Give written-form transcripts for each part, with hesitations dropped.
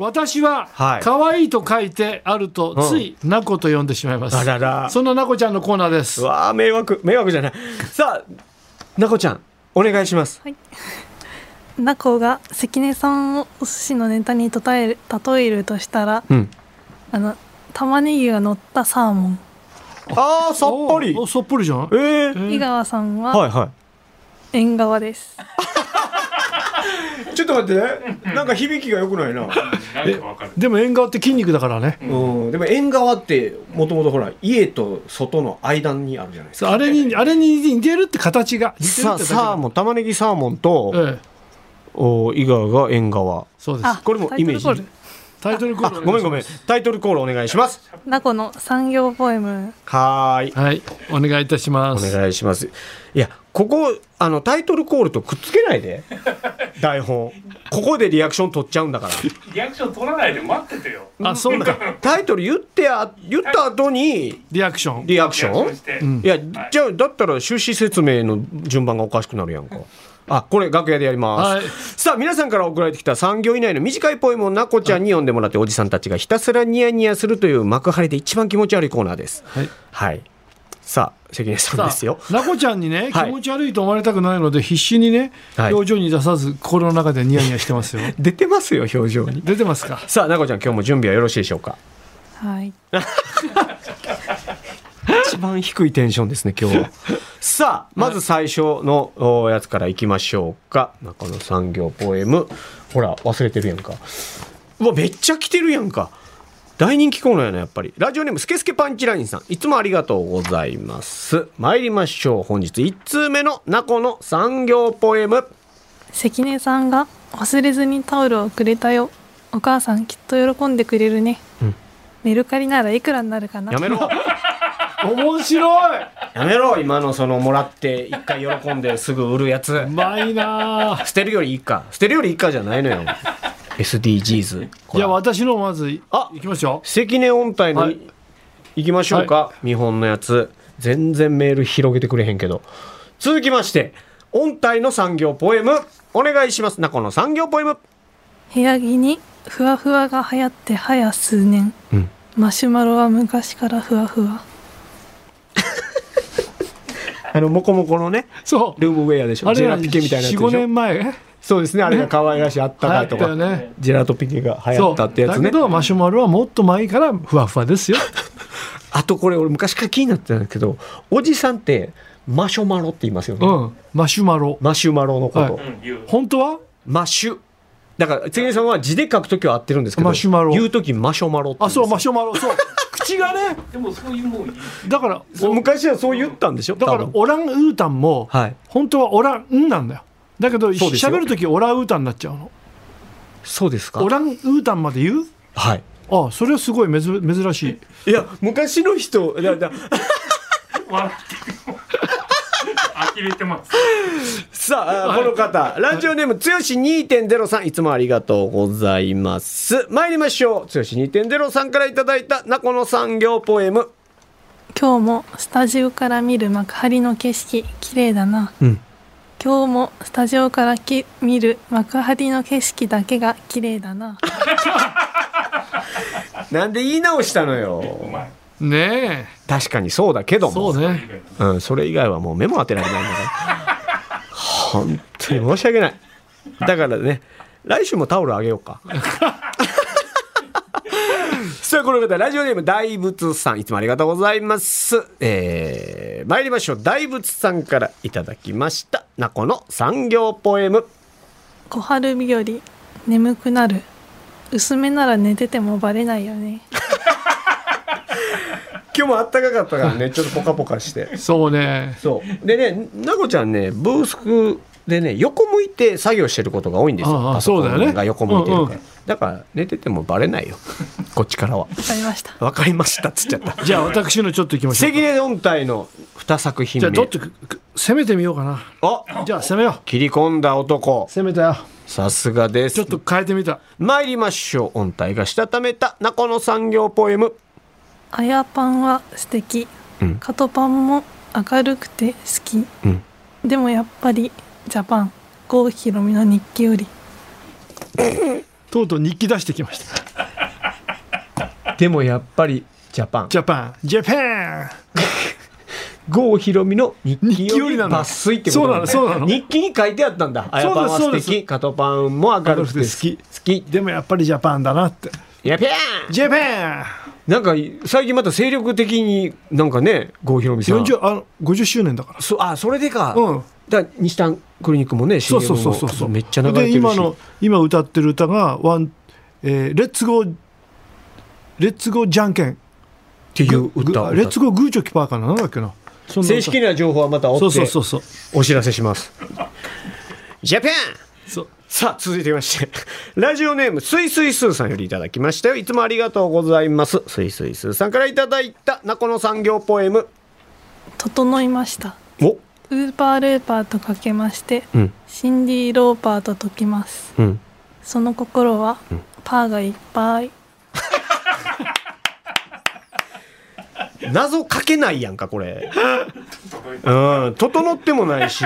私は可愛いと書いてあるとついなこと呼んでしまいます。 あらら、 そんななこちゃんのコーナーです。 わあ、迷惑じゃない。さあなこちゃんお願いします。 はい、なこが関根さんをお寿司のネタに例えるとしたら、玉ねぎが乗ったサーモン。 あー、さっぱり。 さっぱりじゃん。 井川さんは縁側です。 ちょっと待ってね、なんか響きが良くないな。 でも縁側って筋肉だからね。 でも縁側ってもともとほら家と外の間にあるじゃないですか。 あれに似てるって形が似てるって。 サーモン、玉ねぎサーモンと、井川が縁側。 そうです。 これもイメージ。 タイトルコール。 ごめん、タイトルコールお願いします。 なこの産業ポエム。 はい、お願いいたします。 お願いします。いや、ここタイトルコールとくっつけないで台本ここでリアクション取っちゃうんだから。 リアクション取らないで待っててよ。 あ、そうか。 タイトル言った後にリアクション、 いや、じゃあだったら趣旨説明の順番がおかしくなるやんか。これ楽屋でやります、さあ皆さんから送られてきた3行以内の短いポエムをなこちゃんに読んでもらって、おじさんたちがひたすらニヤニヤするという幕張で一番気持ち悪いコーナーです。はい、さあ関根さんですよ。 なこちゃんにね、気持ち悪いと思われたくないので必死にね、表情に出さず心の中でニヤニヤしてますよ。 出てますよ、表情に出てますか。 さあなこちゃん、今日も準備はよろしいでしょうか。 はい。 一番低いテンションですね今日は。さあまず最初のやつからいきましょうか。この産業ポエム、ほら忘れてるやんか。うわ、めっちゃ来てるやんか。大人気コーナーやな、やっぱり。ラジオネームスケスケパンチラインさん、いつもありがとうございます。参りましょう。本日1通目のなこの産業ポエム。 関根さんが忘れずにタオルをくれたよ。お母さんきっと喜んでくれるね、メルカリならいくらになるかな。 やめろ面白い。 やめろ、今のそのもらって一回喜んですぐ売るやつ。 うまいな。 捨てるよりいいかじゃないのよ。SDGs。 じゃあ私のまずいきますよ。 関根音体の、いきましょうか、見本のやつ。全然メール広げてくれへんけど。続きまして音体の産業ポエムお願いします。なこの産業ポエム。 部屋着にふわふわが流行って早数年、マシュマロは昔からふわふわ。 モコモコのね、 そうルームウェアでしょ。ジェラピケみたいなやつでしょ。 4,5 年前。 そうですね、あれが可愛らしい、あったかいとか、ジェラトピケが流行ったってやつね。 だけどマシュマロはもっと前からふわふわですよ。 あとこれ俺昔から気になってたんだけど、おじさんってマシュマロって言いますよね。 マシュマロのこと、 本当はマシュだから関根さんは字で書くときは合ってるんですけど、 マシュマロ言うときマシュマロって言うんですよ。 そうマシュマロ、そう口がね。 でもそういうもんだから昔はそう言ったんでしょ。 だからオランウータンも、本当はオランなんだよ。だけど喋るときオランウータンになっちゃうの。 そうですか。 オランウータンまで言う。 はい。 それはすごい珍しい。いや昔の人笑ってる。呆れてます。 さあ、この方ラジオネームつよし 2.0 いつもありがとうございます。参りましょう。つよし 2.0 からいただいたなこの産業ポエム。 今日もスタジオから見る幕張の景色綺麗だな、今日もスタジオから見る幕張の景色だけが綺麗だな。なんで言い直したのよ。 ねえ、 確かにそうだけども、 そうね、 それ以外はもう目も当てられないんだから本当に申し訳ない。だからね、来週もタオルあげようか。さあこの方ラジオネーム大仏さん、いつもありがとうございます。参りましょう。大仏さんからいただきましたなこの産業ポエム。 小春日和眠くなる、薄めなら寝ててもバレないよね。 今日もあったかかったからね、ちょっとポカポカして。 そうね。 そうでね、なこちゃんね、ブースでね横向いて作業してることが多いんですよ。パソコンが横向いてるから、だから寝ててもバレないよ、こっちからは。 わかりました。 わかりましたっつっちゃった。 じゃあ私のちょっといきましょうか。 関根音体の2作品目。 じゃあちょっと攻めてみようかな。じゃあ攻めよう。 切り込んだ男。 攻めたよ。 さすがです。 ちょっと変えてみた。 参りましょう。音体がしたためたなこの産業ポエム。 あやパンは素敵、カトパンも明るくて好き、でもやっぱりジャパン郷ひろみの日記より。 とうとう日記出してきました。 でもやっぱりジャパン郷ひろみの日記より抜粋ってことなんだ。 そうなの。 日記に書いてあったんだ。あやパンは素敵、カトパンも明るくて好き。 でもやっぱりジャパンだなって。 ジャパンなんか最近また精力的になんかね、郷ひろみさん 50周年だから。 それでか。 うん。 だから西丹クリニックもね、 そうめっちゃ流れてるし。 で今歌ってる歌がレッツゴーじゃんけんっていう歌。 レッツゴーグーチョキパーかな、なんだっけな。 正式な情報はまた追ってお知らせします。ジャパン。さあ続いてましてラジオネームスイスイスーさんよりいただきましたよ。いつもありがとうございます。スイスイスーさんからいただいたナコの産業ポエム。 整いました。ウーパールーパーとかけまして、シンディ・ローパーと解きます、その心は、パーがいっぱい。 謎かけないやんかこれ。整ってもないし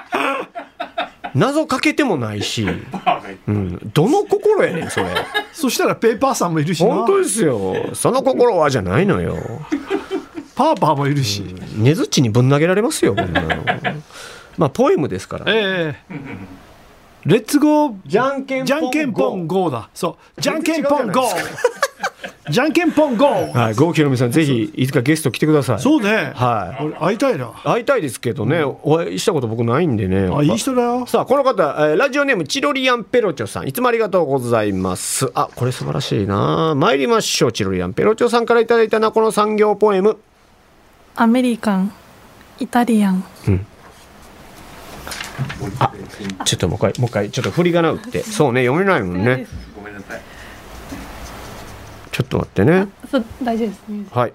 謎かけてもないし、どの心やねんそれ。 そしたらペーパーさんもいるしな。 本当ですよ。その心はじゃないのよ。 パーもいるし、 ねずっちにぶん投げられますよこんなの。まあポエムですから、 レッツゴーじゃんけんぽんゴーだ。そうじゃんけんぽんゴーじゃんけんぽんゴー。 はい、郷ひろみさんぜひいつかゲスト来てください。 そうね。 はい。 俺会いたいな。 会いたいですけどね、お会いしたこと僕ないんでね。 いい人だよ。 さあこの方、ラジオネームチロリアンペロチョさん、いつもありがとうございます。これ素晴らしいな。参りましょう。チロリアンペロチョさんからいただいたなこの産業ポエム。 アメリカン、イタリアン。 ちょっともう一回ちょっと振り仮名打って。そうね、読めないもんね。 ごめんなさい。 ちょっと待ってね。 大丈夫ですね。 はい。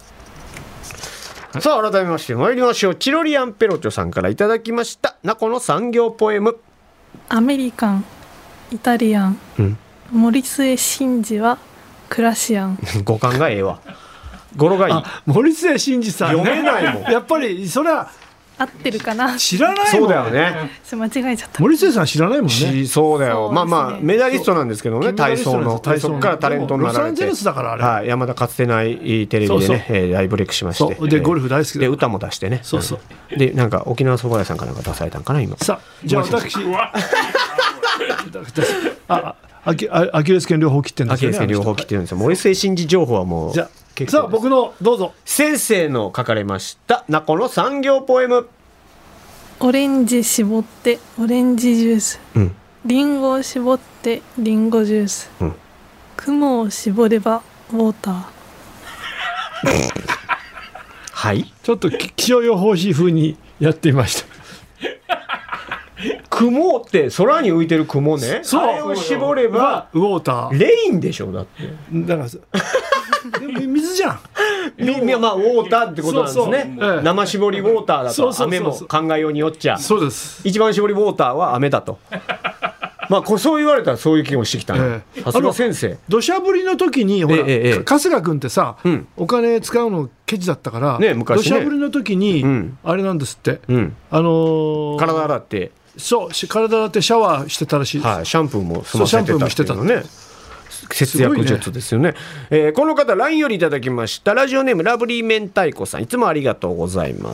さあ改めまして参りましょう。チロリアンペロチョさんからいただきましたナコの産業ポエム。 アメリカン、イタリアン、森末慎二はクラシアン。 五感がええわ。語呂がいい。 森末慎二さん、ね、 読めないもん。 やっぱりそれは合ってるかな。 知らないもん。 そうだよね。 間違えちゃった。 森末さん知らないもんね。 そうだよ。まあメダリストなんですけどね、体操からタレントになられて。 ロサンゼルスだからあれ。 はい、山田かつてないテレビでね、大ブレイクしまして。 でゴルフ大好きで歌も出してね。でなんか沖縄そば屋さんかなんか出されたんかな今。 さあじゃあ私アキレス腱両方切ってるんですよね。 アキレス腱両方切ってるんですよ。森末慎二情報はもう。 じゃあさあ僕のどうぞ。 先生の書かれましたナコの産業ポエム。 オレンジ絞ってオレンジジュース、リンゴを絞ってリンゴジュース、雲を絞ればウォーター。 はい、 ちょっと気象予報士風にやってみました。 雲って空に浮いてる雲ね。それを絞ればウォーター。 レインでしょだって。 だからでも水じゃん。 まあウォーターってことなんですね。生絞りウォーターだと雨も考えようによっちゃ。 そうです。 一番絞りウォーターは雨だと。まあそう言われたらそういう気もしてきたの。さすが先生。 土砂降りの時にほら春日君ってさ、お金使うのケチだったから土砂降りの時にあれなんですって。 体洗って。 そう体洗ってシャワーしてたらしい。 はい、シャンプーも済ませてたっていうのね。節約術ですよね。この方 LINE よりいただきました。ラジオネームラブリー明太子さん、いつもありがとうございます。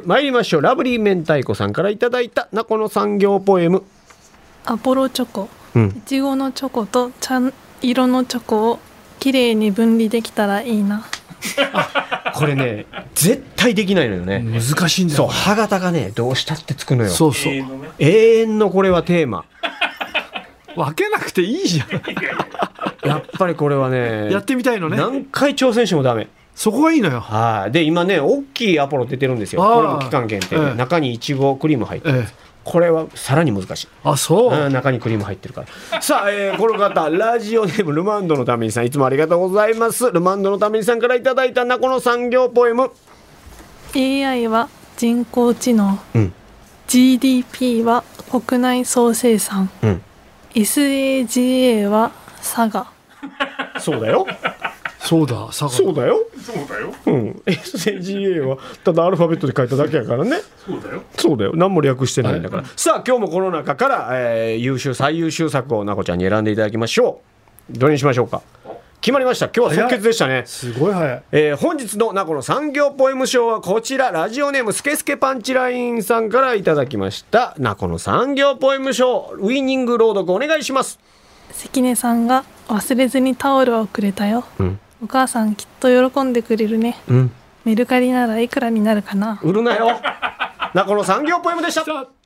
参りましょう。ラブリー明太子さんからいただいたナコの産業ポエム。 アポロチョコ、いちごのチョコと茶色のチョコをきれいに分離できたらいいな。 これね絶対できないのよね。 難しいんだよ。 そう歯型がねどうしたってつくのよ。 そう永遠のこれはテーマ。 分けなくていいじゃん。 やっぱりこれはねやってみたいのね。 何回挑戦してもダメ。 そこがいいのよ。 で今ね大きいアポロ出てるんですよ。これも期間限定で、中にいちごクリーム入ってる、これはさらに難しい。 そう、 中にクリーム入ってるからさあ、この方ラジオネームルマンドのためにさん、いつもありがとうございます。ルマンドのためにさんからいただいたナコの産業ポエム。 AI は人工知能、GDP は国内総生産、SAGA は佐賀。 そうだよ。 そうだそうだよそうだよ。 SAGA はただアルファベットで書いただけやからね。そうだよ何も略してないんだから、さあ今日もこの中から、最優秀作をなこちゃんに選んでいただきましょう。どれにしましょうか。決まりました。今日は即決でしたね。 すごい早い。 本日のなこの産業ポエム賞はこちら、ラジオネームスケスケパンチラインさんからいただきましたなこの産業ポエム賞、ウイニング朗読お願いします。 関根さんが忘れずにタオルをくれたよ、お母さんきっと喜んでくれるね、メルカリならいくらになるかな。 売るなよなこの産業ポエムでした。